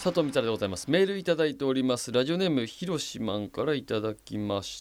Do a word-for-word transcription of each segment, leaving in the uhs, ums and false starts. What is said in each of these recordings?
佐藤光でございます。メールいただいております。ラジオネームひろしマンからいただきました、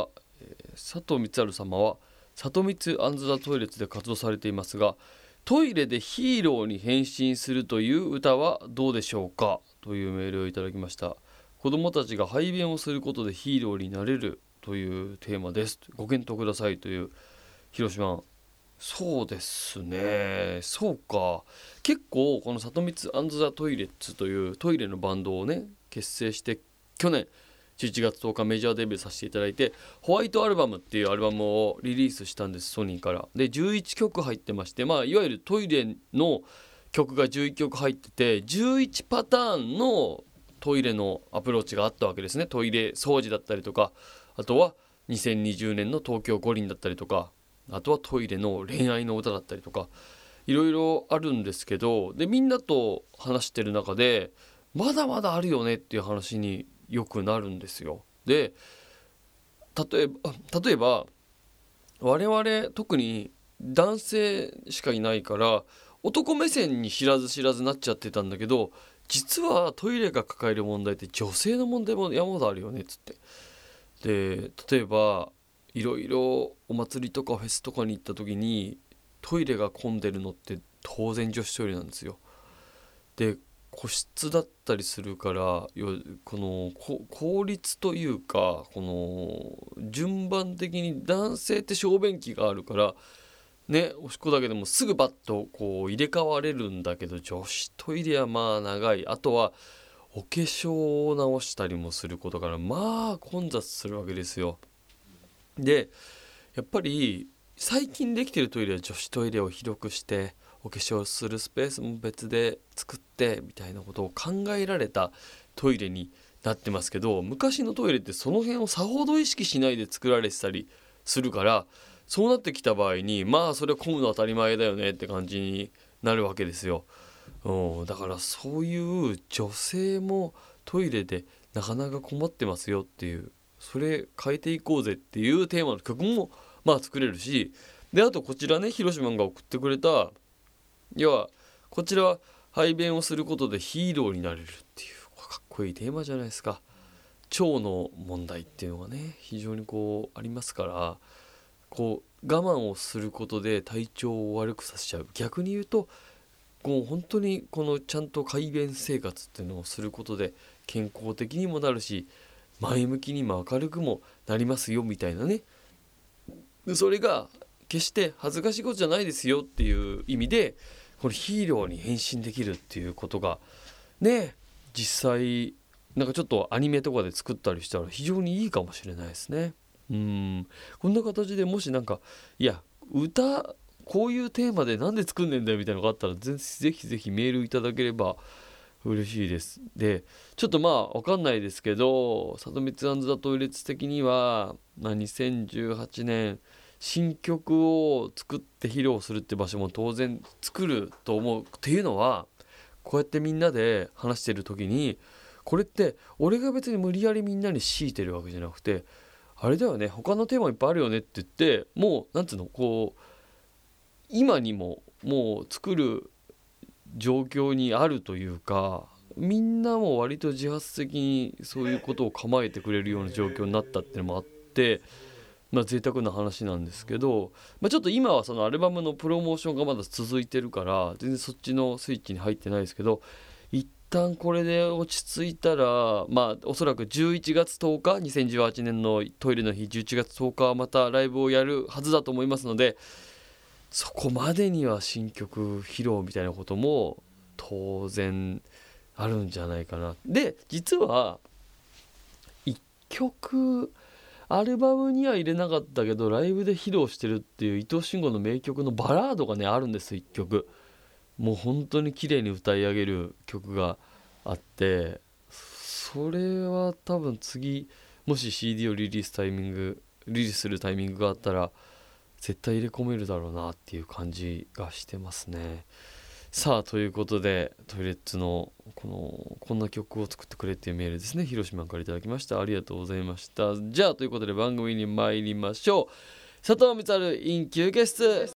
えー、佐藤光様は里光アンズ・ザ・トイレッツで活動されていますが、トイレでヒーローに変身するという歌はどうでしょうか、というメールをいただきました。子供たちが排便をすることでヒーローになれるというテーマです。ご検討ください、というひろしマン。そうですね、そうか。結構この里光アンズ・ザ・トイレッツというトイレのバンドをね結成して、去年じゅういちがつとおかメジャーデビューさせていただいて、ホワイトアルバムっていうアルバムをリリースしたんです、ソニーから。でじゅういっきょく入ってまして、まあいわゆるトイレの曲がじゅういっきょく入ってて、じゅういちパターンのトイレのアプローチがあったわけですね。トイレ掃除だったりとか、あとはにせんにじゅうねんの東京五輪だったりとか、あとはトイレの恋愛の歌だったりとか、いろいろあるんですけど、でみんなと話してる中でまだまだあるよねっていう話によくなるんですよ。で例えば例えば我々特に男性しかいないから男目線に知らず知らずなっちゃってたんだけど、実はトイレが抱える問題って女性の問題も山ほどあるよねっつって。で例えばいろいろお祭りとかフェスとかに行った時にトイレが混んでるのって当然女子トイレなんですよ。で個室だったりするから、この効率というか、この順番的に男性って小便器があるからね、おしっこだけでもすぐバッとこう入れ替われるんだけど、女子トイレはまあ長い。あとはお化粧を直したりもすることからまあ混雑するわけですよ。でやっぱり最近できてるトイレは女子トイレを広くしてお化粧するスペースも別で作ってみたいなことを考えられたトイレになってますけど、昔のトイレってその辺をさほど意識しないで作られてたりするから、そうなってきた場合にまあそれは混むのは当たり前だよねって感じになるわけですよ。うん、だからそういう女性もトイレでなかなか困ってますよっていう、それ変えていこうぜっていうテーマの曲もまあ作れるし、であとこちらね、広島が送ってくれた、要はこちらは排便をすることでヒーローになれるっていうかっこいいテーマじゃないですか。腸の問題っていうのがね非常にこうありますから、こう我慢をすることで体調を悪くさせちゃう。逆に言うとこう本当にこのちゃんと排便生活っていうのをすることで健康的にもなるし、前向きにも明るくもなりますよみたいなね。それが決して恥ずかしいことじゃないですよっていう意味で、このヒーローに変身できるっていうことがね、実際なんかちょっとアニメとかで作ったりしたら非常にいいかもしれないですね。うーん、こんな形でもしなんかいや歌こういうテーマでなんで作んねんだよみたいなのがあったらぜひぜひメールいただければ嬉しいです。でちょっとまあわかんないですけど、里光アンズ・ザ・トイレッツ的には、まあ、にせんじゅうはちねん新曲を作って披露するって場所も当然作ると思うっていうのは、こうやってみんなで話してる時に、これって俺が別に無理やりみんなに強いてるわけじゃなくて、あれだよね、他のテーマいっぱいあるよねって言って、もうなんていうの、こう今にももう作る状況にあるというか、みんなも割と自発的にそういうことを構えてくれるような状況になったっていうのもあって、まあ贅沢な話なんですけど、まあ、ちょっと今はそのアルバムのプロモーションがまだ続いてるから全然そっちのスイッチに入ってないですけど、一旦これで落ち着いたら、まあおそらくじゅういちがつとおか、にせんじゅうはちねんのトイレの日じゅういちがつとおかはまたライブをやるはずだと思いますので、そこまでには新曲披露みたいなことも当然あるんじゃないかな。で実はいっきょくアルバムには入れなかったけどライブで披露してるっていう伊藤慎吾の名曲のバラードがねあるんです。いっきょくもう本当に綺麗に歌い上げる曲があって、それは多分次もし シーディー をリリースタイミングリリースするタイミングがあったら絶対入れ込めるだろうなっていう感じがしてますね。さあということでトイレッツのこのこんな曲を作ってくれっていうメールですね、広島からいただきました。ありがとうございました。じゃあということで番組に参りましょう。佐藤光 in 休憩室。